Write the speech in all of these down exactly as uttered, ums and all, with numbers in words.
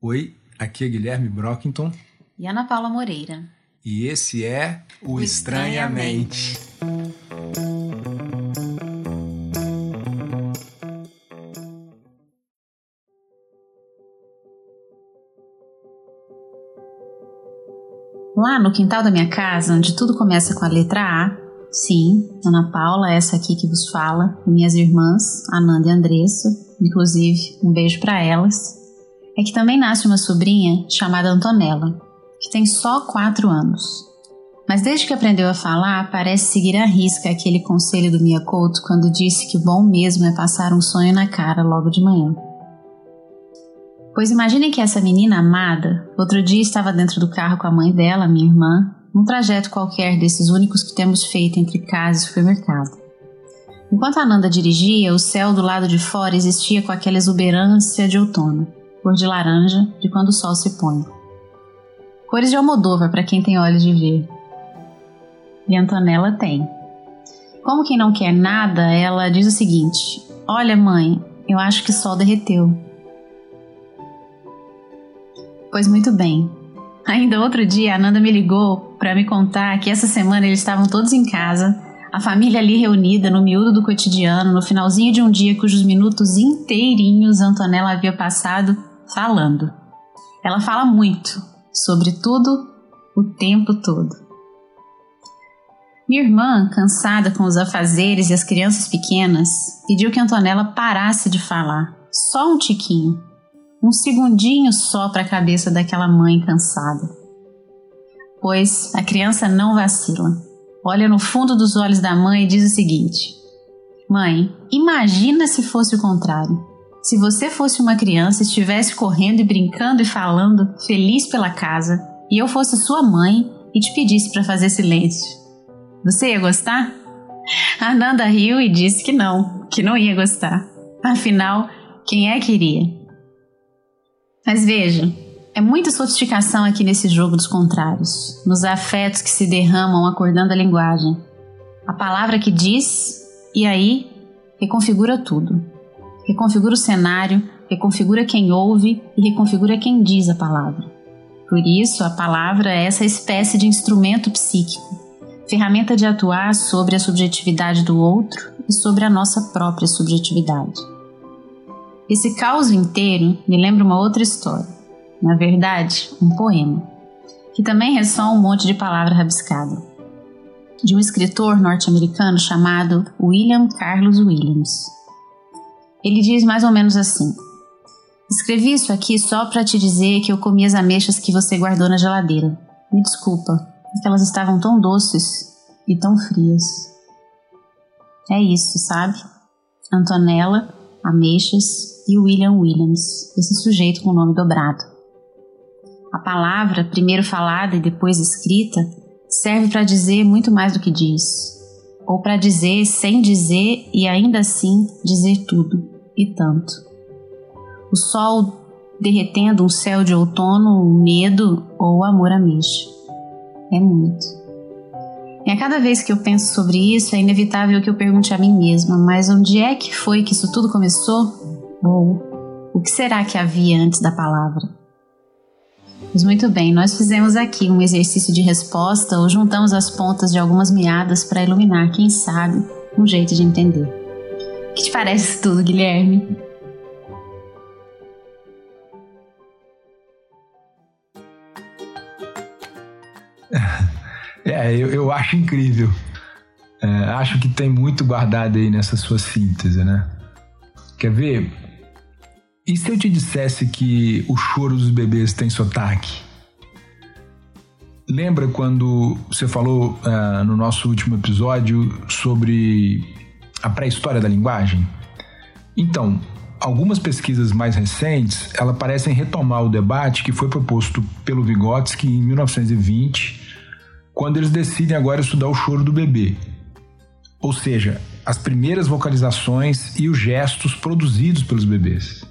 Oi, aqui é Guilherme Brockington e Ana Paula Moreira. E esse é o, o Estranhamente. Lá no quintal da minha casa, onde tudo começa com a letra A, sim, Ana Paula, essa aqui que vos fala, e minhas irmãs, Ananda e Andressa, inclusive um beijo para elas, é que também nasce uma sobrinha chamada Antonella, que tem só quatro anos. Mas desde que aprendeu a falar, parece seguir à risca aquele conselho do Mia Couto quando disse que o bom mesmo é passar um sonho na cara logo de manhã. Pois imaginem que essa menina amada, outro dia estava dentro do carro com a mãe dela, minha irmã, num trajeto qualquer desses únicos que temos feito entre casa e supermercado. Enquanto a Ananda dirigia, o céu do lado de fora existia com aquela exuberância de outono, cor de laranja de quando o sol se põe. Cores de Almodóvar para quem tem olhos de ver. E a Antonella tem. Como quem não quer nada, ela diz o seguinte: olha mãe, eu acho que o sol derreteu. Pois muito bem. Ainda outro dia a Ananda me ligou para me contar que essa semana eles estavam todos em casa, a família ali reunida no miúdo do cotidiano, no finalzinho de um dia cujos minutos inteirinhos a Antonella havia passado falando. Ela fala muito, sobre tudo, o tempo todo. Minha irmã, cansada com os afazeres e as crianças pequenas, pediu que a Antonella parasse de falar, só um tiquinho, um segundinho só para a cabeça daquela mãe cansada. Pois a criança não vacila. Olha no fundo dos olhos da mãe e diz o seguinte: mãe, imagina se fosse o contrário. Se você fosse uma criança, estivesse correndo e brincando e falando, feliz pela casa, e eu fosse sua mãe e te pedisse para fazer silêncio, você ia gostar? A Ananda riu e disse que não, que não ia gostar. Afinal, quem é que iria? Mas veja, é muita sofisticação aqui nesse jogo dos contrários, nos afetos que se derramam acordando a linguagem. A palavra que diz, e aí, reconfigura tudo. Reconfigura o cenário, reconfigura quem ouve e reconfigura quem diz a palavra. Por isso, a palavra é essa espécie de instrumento psíquico, ferramenta de atuar sobre a subjetividade do outro e sobre a nossa própria subjetividade. Esse caos inteiro me lembra uma outra história, na verdade, um poema, que também ressoa um monte de palavra rabiscada, de um escritor norte-americano chamado William Carlos Williams. Ele diz mais ou menos assim: escrevi isso aqui só para te dizer que eu comi as ameixas que você guardou na geladeira. Me desculpa, é que elas estavam tão doces e tão frias. É isso, sabe? Antonella, ameixas e William Williams, esse sujeito com o nome dobrado. A palavra, primeiro falada e depois escrita, serve para dizer muito mais do que diz, ou para dizer sem dizer e ainda assim dizer tudo e tanto. O sol derretendo um céu de outono, o medo ou o amor ameixa. É muito. E a cada vez que eu penso sobre isso, é inevitável que eu pergunte a mim mesma: mas onde é que foi que isso tudo começou? Ou o que será que havia antes da palavra? Pois muito bem, nós fizemos aqui um exercício de resposta ou juntamos as pontas de algumas meadas para iluminar, quem sabe, um jeito de entender. O que te parece isso tudo, Guilherme? É, eu, eu acho incrível. É, acho que tem muito guardado aí nessa sua síntese, né? Quer ver? E se eu te dissesse que o choro dos bebês tem sotaque? Lembra quando você falou uh, no nosso último episódio sobre a pré-história da linguagem? Então, algumas pesquisas mais recentes, elas parecem retomar o debate que foi proposto pelo Vygotsky em mil novecentos e vinte, quando eles decidem agora estudar o choro do bebê. Ou seja, as primeiras vocalizações e os gestos produzidos pelos bebês.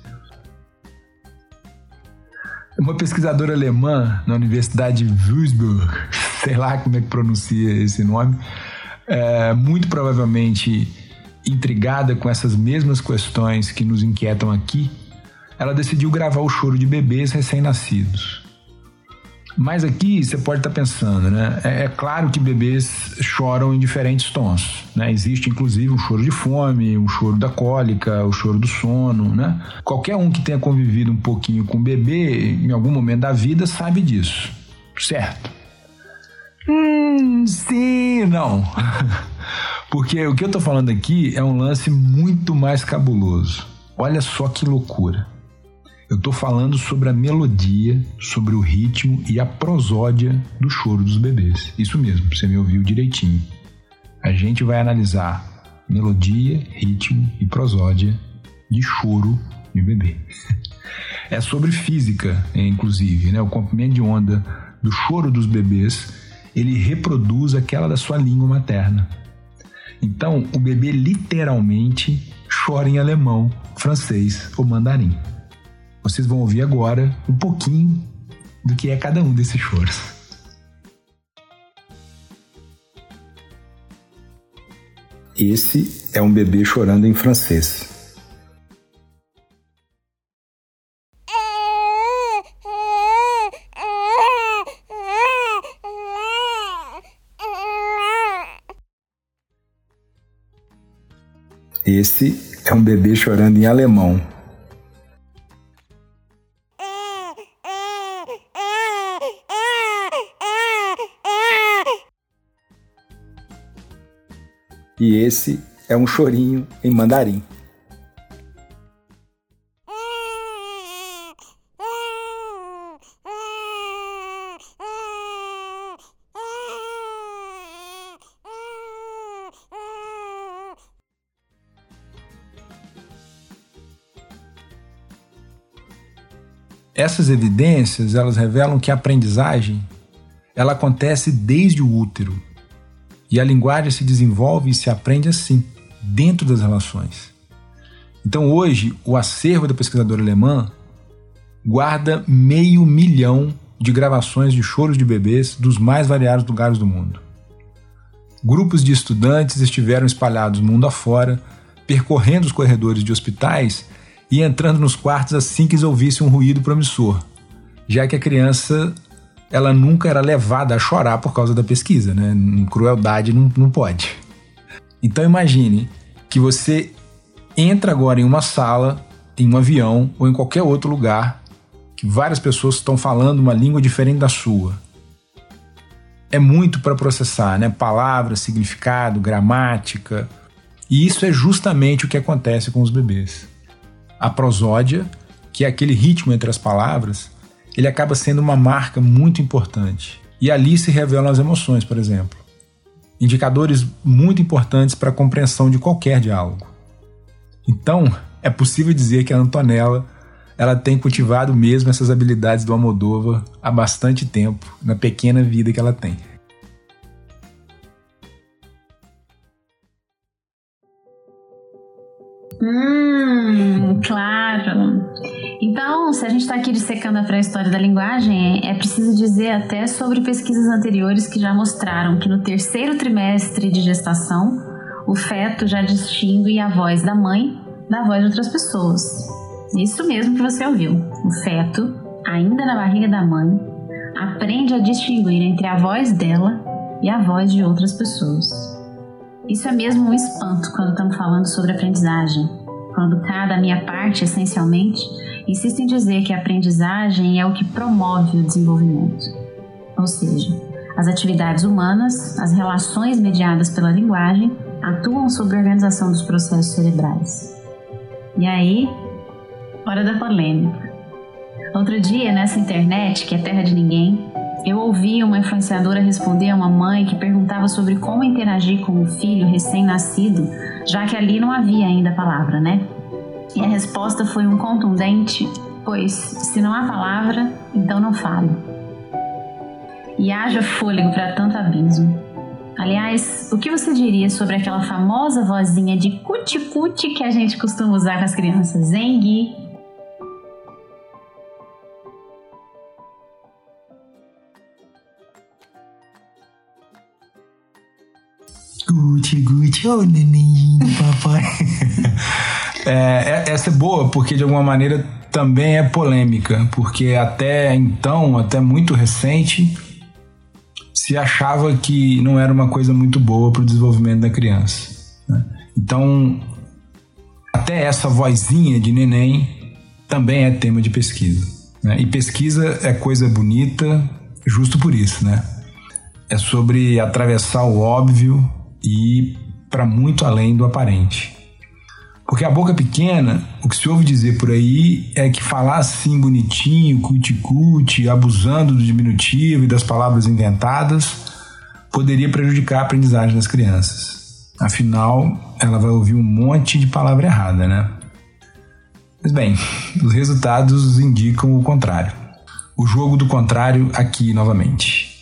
Uma pesquisadora alemã na Universidade de Würzburg, sei lá como é que pronuncia esse nome, é, muito provavelmente intrigada com essas mesmas questões que nos inquietam aqui, ela decidiu gravar o choro de bebês recém-nascidos. Mas aqui você pode estar pensando, né? É, é claro que bebês choram em diferentes tons, né? Existe inclusive um choro de fome, um choro da cólica, o choro do sono, né? Qualquer um que tenha convivido um pouquinho com o bebê em algum momento da vida sabe disso, certo? Hum, sim, não. Porque o que eu tô falando aqui é um lance muito mais cabuloso. Olha só que loucura. Eu tô falando sobre a melodia, sobre o ritmo e a prosódia do choro dos bebês. Isso mesmo, você me ouviu direitinho. A gente vai analisar melodia, ritmo e prosódia de choro de bebê. É sobre física, inclusive, né? O comprimento de onda do choro dos bebês, ele reproduz aquela da sua língua materna. Então, o bebê literalmente chora em alemão, francês ou mandarim. Vocês vão ouvir agora um pouquinho do que é cada um desses choros. Esse é um bebê chorando em francês. Esse é um bebê chorando em alemão. E esse é um chorinho em mandarim. Essas evidências, elas revelam que a aprendizagem, ela acontece desde o útero. E a linguagem se desenvolve e se aprende assim, dentro das relações. Então hoje, o acervo da pesquisadora alemã guarda meio milhão de gravações de choros de bebês dos mais variados lugares do mundo. Grupos de estudantes estiveram espalhados mundo afora, percorrendo os corredores de hospitais e entrando nos quartos assim que eles ouvissem um ruído promissor, já que a criança ela nunca era levada a chorar por causa da pesquisa, né? Crueldade não, não pode. Então imagine que você entra agora em uma sala, em um avião ou em qualquer outro lugar que várias pessoas estão falando uma língua diferente da sua. É muito para processar, né? Palavras, significado, gramática. E isso é justamente o que acontece com os bebês. A prosódia, que é aquele ritmo entre as palavras, ele acaba sendo uma marca muito importante. E ali se revelam as emoções, por exemplo. Indicadores muito importantes para a compreensão de qualquer diálogo. Então, é possível dizer que a Antonella ela tem cultivado mesmo essas habilidades do Almodóvar há bastante tempo, na pequena vida que ela tem. Hum, claro. Então, se a gente está aqui dissecando a pré-história da linguagem, é preciso dizer até sobre pesquisas anteriores que já mostraram que no terceiro trimestre de gestação, o feto já distingue a voz da mãe da voz de outras pessoas. Isso mesmo que você ouviu. O feto, ainda na barriga da mãe, aprende a distinguir entre a voz dela e a voz de outras pessoas. Isso é mesmo um espanto quando estamos falando sobre aprendizagem. Quando cada minha parte, essencialmente, insiste em dizer que a aprendizagem é o que promove o desenvolvimento. Ou seja, as atividades humanas, as relações mediadas pela linguagem, atuam sobre a organização dos processos cerebrais. E aí, hora da polêmica. Outro dia, nessa internet, que é terra de ninguém, eu ouvi uma influenciadora responder a uma mãe que perguntava sobre como interagir com o filho recém-nascido, já que ali não havia ainda a palavra, né? E a resposta foi um contundente, pois se não há palavra, então não falo. E haja fôlego para tanto abismo. Aliás, o que você diria sobre aquela famosa vozinha de cuti-cuti que a gente costuma usar com as crianças, hein, Gui? Gucci, Gucci, oh neném, papai. é, essa é boa porque de alguma maneira também é polêmica, porque até então, até muito recente, se achava que não era uma coisa muito boa para o desenvolvimento da criança, né? Então, até essa vozinha de neném também é tema de pesquisa, né? E pesquisa é coisa bonita justo por isso, né? É sobre atravessar o óbvio e ir para muito além do aparente. Porque a boca pequena, o que se ouve dizer por aí é que falar assim bonitinho, cuti-cuti, abusando do diminutivo e das palavras inventadas, poderia prejudicar a aprendizagem das crianças. Afinal, ela vai ouvir um monte de palavra errada, né? Mas bem, os resultados indicam o contrário. O jogo do contrário aqui novamente.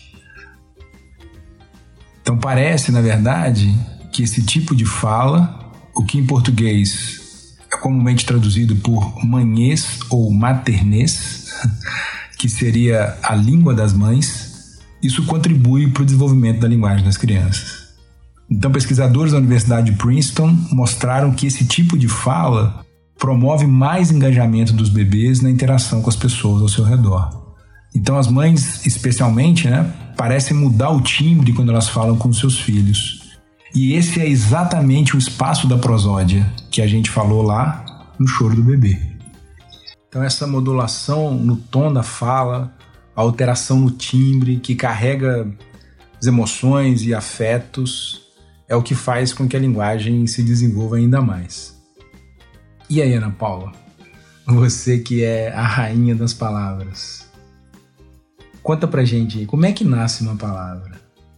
Então parece, na verdade, que esse tipo de fala, o que em português é comumente traduzido por manhês ou maternês, que seria a língua das mães, isso contribui para o desenvolvimento da linguagem das crianças. Então, pesquisadores da Universidade de Princeton mostraram que esse tipo de fala promove mais engajamento dos bebês na interação com as pessoas ao seu redor. Então, as mães, especialmente, né, parecem mudar o timbre quando elas falam com os seus filhos. E esse é exatamente o espaço da prosódia que a gente falou lá no choro do bebê. Então essa modulação no tom da fala, a alteração no timbre que carrega as emoções e afetos é o que faz com que a linguagem se desenvolva ainda mais. E aí, Ana Paula? Você que é a rainha das palavras. Conta pra gente aí, como é que nasce uma palavra?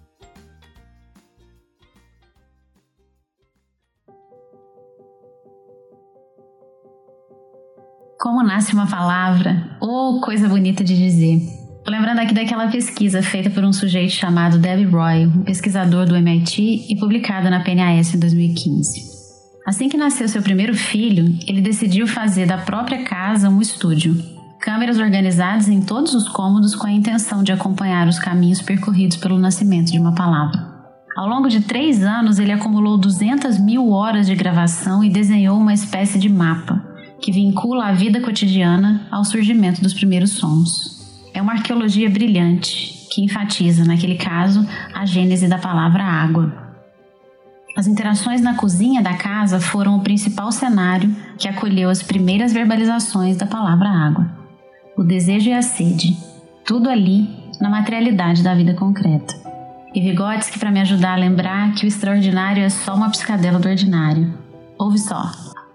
Como nasce uma palavra? Oh, coisa bonita de dizer. Tô lembrando aqui daquela pesquisa feita por um sujeito chamado Debbie Roy, um pesquisador do M I T e publicada na P N A S em dois mil e quinze. Assim que nasceu seu primeiro filho, ele decidiu fazer da própria casa um estúdio. Câmeras organizadas em todos os cômodos com a intenção de acompanhar os caminhos percorridos pelo nascimento de uma palavra. Ao longo de três anos, ele acumulou duzentas mil horas de gravação e desenhou uma espécie de mapa que vincula a vida cotidiana ao surgimento dos primeiros sons. É uma arqueologia brilhante, que enfatiza, naquele caso, a gênese da palavra água. As interações na cozinha da casa foram o principal cenário que acolheu as primeiras verbalizações da palavra água. O desejo e a sede, tudo ali na materialidade da vida concreta. E Vygotsky para me ajudar a lembrar que o extraordinário é só uma piscadela do ordinário. Ouve só.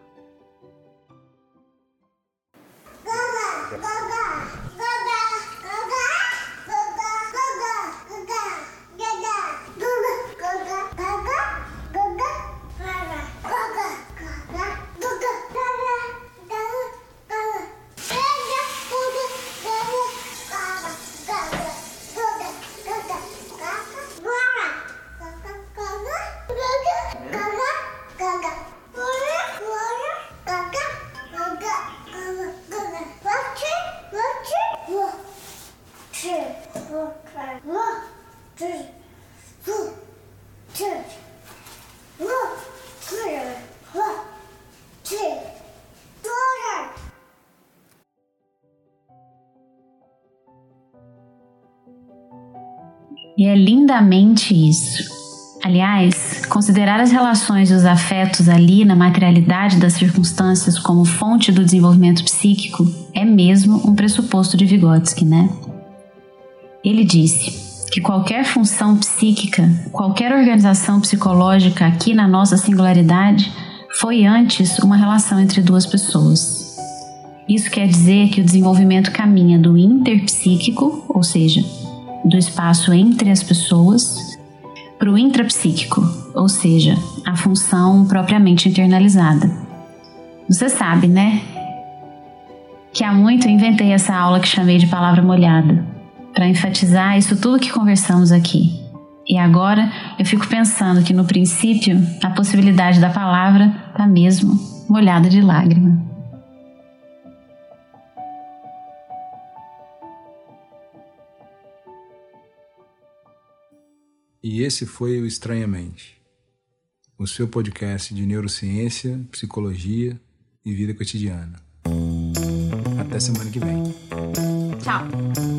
E é lindamente isso. Aliás, considerar as relações e os afetos ali na materialidade das circunstâncias como fonte do desenvolvimento psíquico é mesmo um pressuposto de Vygotsky, né? Ele disse que qualquer função psíquica, qualquer organização psicológica aqui na nossa singularidade foi antes uma relação entre duas pessoas. Isso quer dizer que o desenvolvimento caminha do interpsíquico, ou seja, do espaço entre as pessoas, para o intrapsíquico, ou seja, a função propriamente internalizada. Você sabe, né? Que há muito eu inventei essa aula que chamei de palavra molhada, para enfatizar isso tudo que conversamos aqui. E agora eu fico pensando que no princípio a possibilidade da palavra está mesmo molhada de lágrima. E esse foi o Estranhamente, o seu podcast de neurociência, psicologia e vida cotidiana. até semana que vem. Tchau.